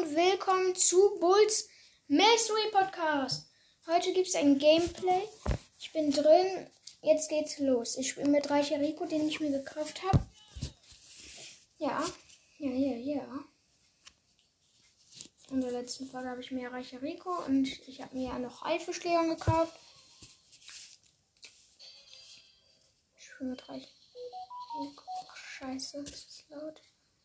und willkommen zu Bulls Mystery Podcast. Heute gibt es ein Gameplay. Ich bin drin. Jetzt geht's los. Ich spiele mit Reicher Rico, den ich mir gekauft habe. Ja. In der letzten Folge habe ich mir Reicher Rico und ich habe mir ja noch Haifischleon gekauft. Ich spiele mit Reicher Rico. Ach, scheiße, das ist laut.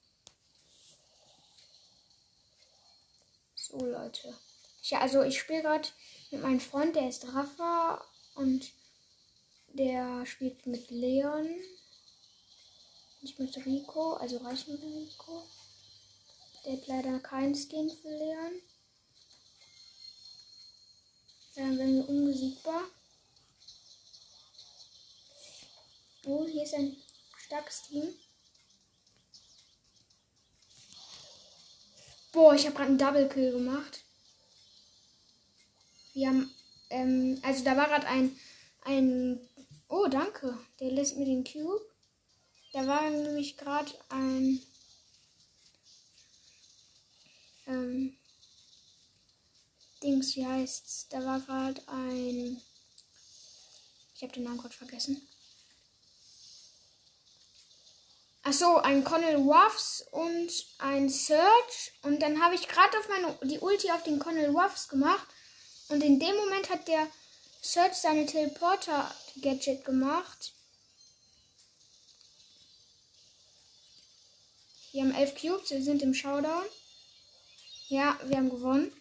So, Leute. Ich spiele gerade mit meinem Freund, der ist Rafa und der spielt mit Leon. Nicht mit Rico, also Reichen Rico. Der hat leider keinen Skin für Leon. Dann werden wir unbesiegbar. Oh, hier ist ein starkes Team. Boah, ich habe gerade einen Double Kill gemacht. Wir haben, also da war gerade ein, oh danke, der lässt mir den Cube. Da war nämlich gerade ein, Dings, wie heißt's? Da war gerade ein, ich habe den Namen gerade vergessen. Achso, ein Connell Ruffs und ein Surge. Und dann habe ich gerade auf die Ulti auf den Connell Ruffs gemacht. Und in dem Moment hat der Surge seine Teleporter-Gadget gemacht. Wir haben 11 Cubes, wir sind im Showdown. Ja, wir haben gewonnen.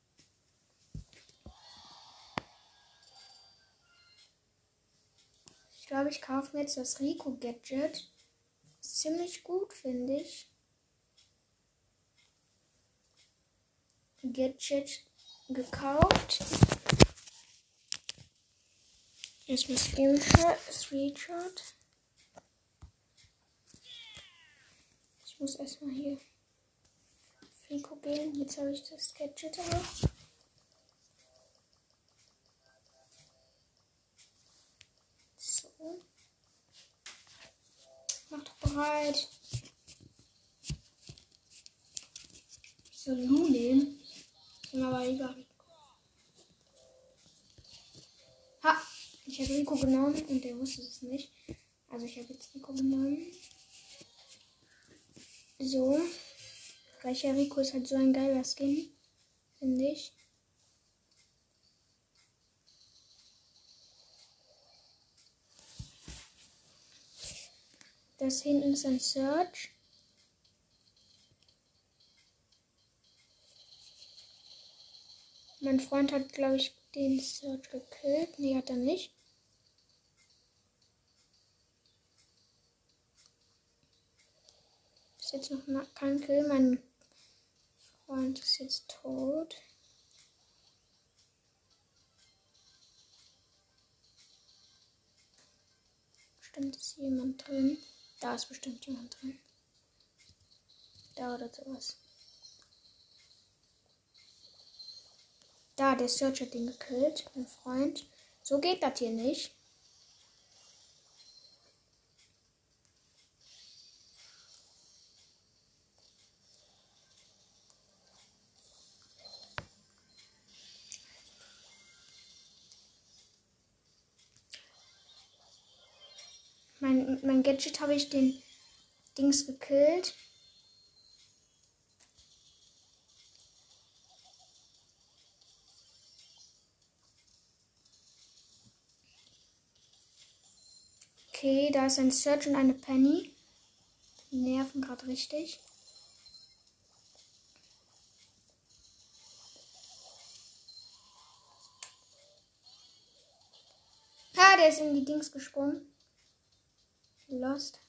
Ich glaube, ich kaufe mir jetzt das Rico-Gadget. Ist ziemlich gut, finde ich. Gadget gekauft. Erstmal Screenshot. Ich muss erstmal hier auf Rico gehen. Jetzt habe ich das Gadget auch. So. Mach doch bereit. Ich soll Lu nehmen. Ich nehme aber lieber Rico. Ha! Ich habe Rico genommen und der wusste es nicht. Also ich habe jetzt Rico genommen. So. Reicher Rico ist halt so ein geiler Skin. Finde ich. Das hinten ist ein Surge. Mein Freund hat, glaube ich, den Surge gekillt. Nee, hat er nicht. Ist jetzt noch kein Kill. Mein Freund ist jetzt tot. Bestimmt ist hier jemand drin. Da ist bestimmt jemand drin. Da oder sowas. Da, der Search hat den gekillt, mein Freund. So geht das hier nicht. Mein Gadget habe ich den Dings gekillt. Okay, da ist ein Search und eine Penny. Die nerven gerade richtig. Ah, der ist in die Dings gesprungen. Lost.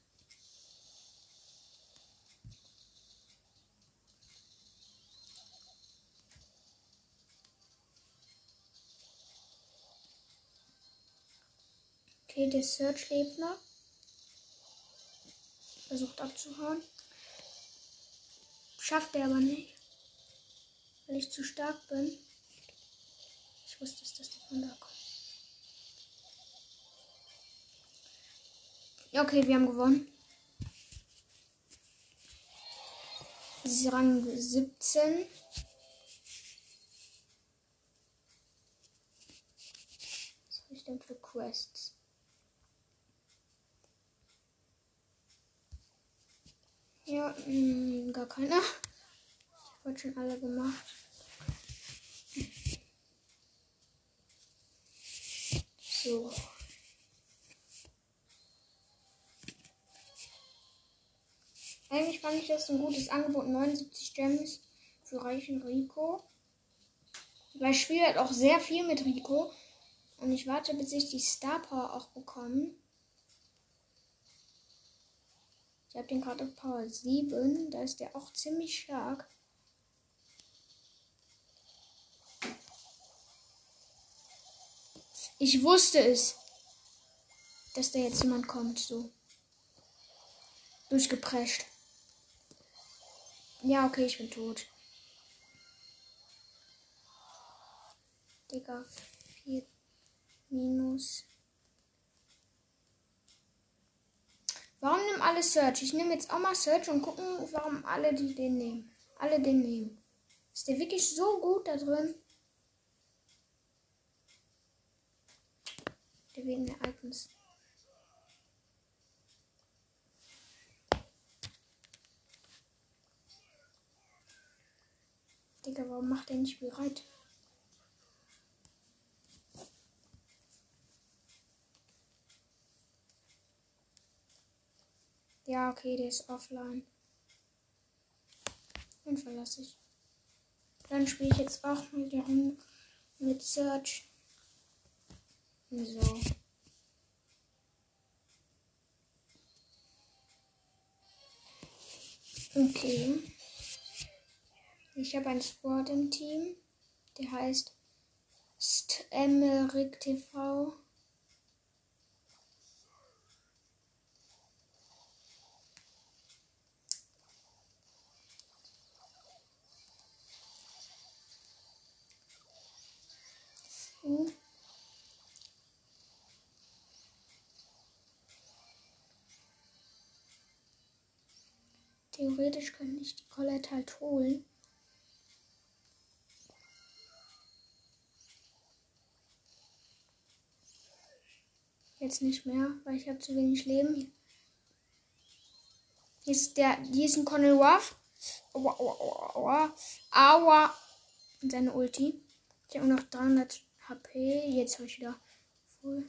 Okay, der Search lebt noch. Versucht abzuhauen. Schafft er aber nicht. Weil ich zu stark bin. Ich wusste, dass das davon da kommt. Ja, okay, wir haben gewonnen. Das ist Rang 17. Was habe ich denn für Quests? Ja, gar keine. Ich habe schon alle gemacht. So. Eigentlich fand ich das ein gutes Angebot. 79 Gems für reichen Rico. Weil ich spiele halt auch sehr viel mit Rico. Und ich warte, bis ich die Star Power auch bekomme. Ich habe den gerade auf Power 7. Da ist der auch ziemlich stark. Ich wusste es, dass da jetzt jemand kommt. So. Durchgeprescht. Ja, okay, ich bin tot. Digga, 4 minus. Warum nehmen alle Search? Ich nehme jetzt auch mal Search und gucken, warum alle die den nehmen. Alle den nehmen. Ist der wirklich so gut da drin? Der wegen der Icons. Digga, warum macht der nicht bereit? Ja, okay, der ist offline. Den verlasse ich. Dann spiele ich jetzt auch mit der Runde mit Search. So. Okay. Ich habe einen Sport im Team. Der heißt Stemerik TV. Theoretisch könnte ich die Colette halt holen. Jetzt nicht mehr, weil ich habe zu wenig Leben. Hier ist ein Connell Ruff. Aua, aua, aua, aua. Aua. Und seine Ulti. Ich habe noch 300 HP. Jetzt habe ich wieder voll.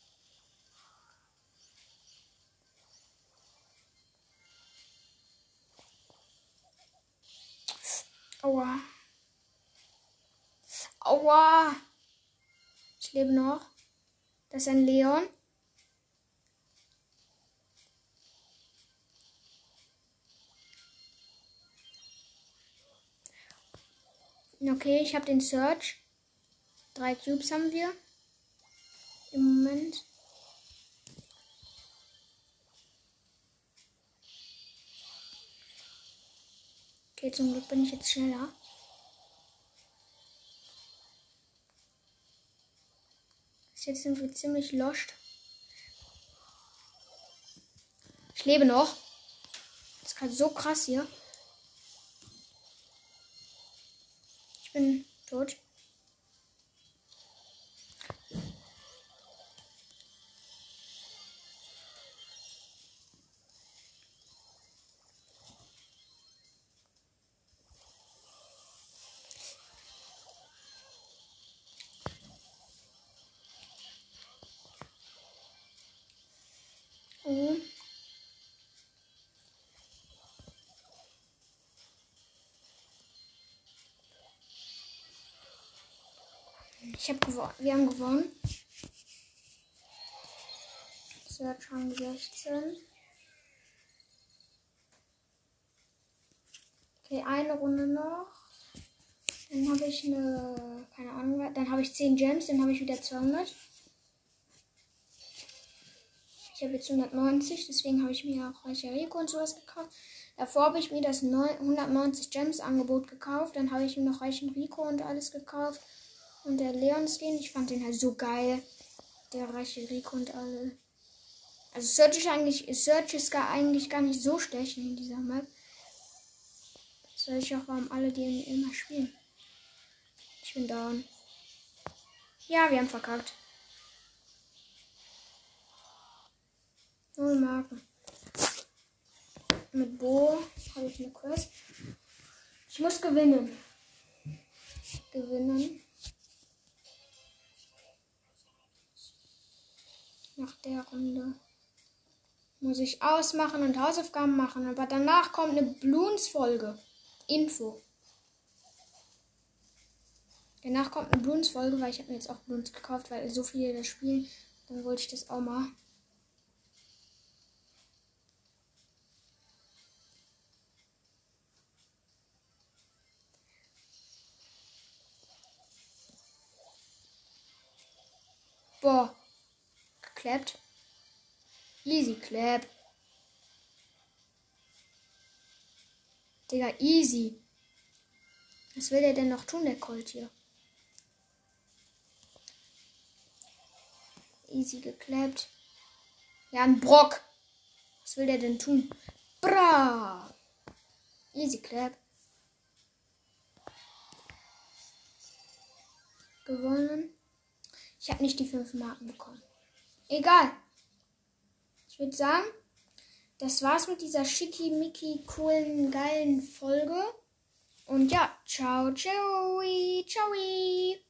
Aua. Aua. Ich lebe noch. Das ist ein Leon. Okay, ich habe den Search. 3 Cubes haben wir. Im Moment. Okay, zum Glück bin ich jetzt schneller. Jetzt sind wir ziemlich lost. Ich lebe noch. Das ist gerade so krass hier. Ich bin tot. Oh. Ich habe gewonnen. Wir haben gewonnen. Search Rang 16. Okay, eine Runde noch. Dann habe ich eine, keine Ahnung, dann habe ich 10 Gems, dann habe ich wieder 200. Ich habe jetzt 190, deswegen habe ich mir auch reiche Rico und sowas gekauft. Davor habe ich mir das 190 Gems Angebot gekauft, dann habe ich mir noch reichen Rico und alles gekauft. Und der Leon Skin, ich fand den halt so geil. Der reiche Rico und alle. Also Search ist eigentlich gar nicht so schlecht in dieser Map. weiß ich auch, warum alle die immer spielen. Ich bin down. Ja, wir haben verkackt. 0 Marken. Mit Bo habe ich eine Quest. Ich muss gewinnen. Nach der Runde muss ich ausmachen und Hausaufgaben machen. Aber danach kommt eine Bloons-Folge. Info. Danach kommt eine Bloons-Folge, weil ich habe mir jetzt auch Bloons gekauft, weil so viele das spielen. Dann wollte ich das auch mal. Boah. Geklappt. Easy clap. Digga, easy. Was will der denn noch tun, der Colt hier? Easy geklappt. Ja, ein Brock. Was will der denn tun? Bra. Easy clap. Gewonnen. Ich habe nicht die 5 Marken bekommen. Egal. Ich würde sagen, das war's mit dieser schickimicki, coolen, geilen Folge. Und ja, ciao, ciao, ciao.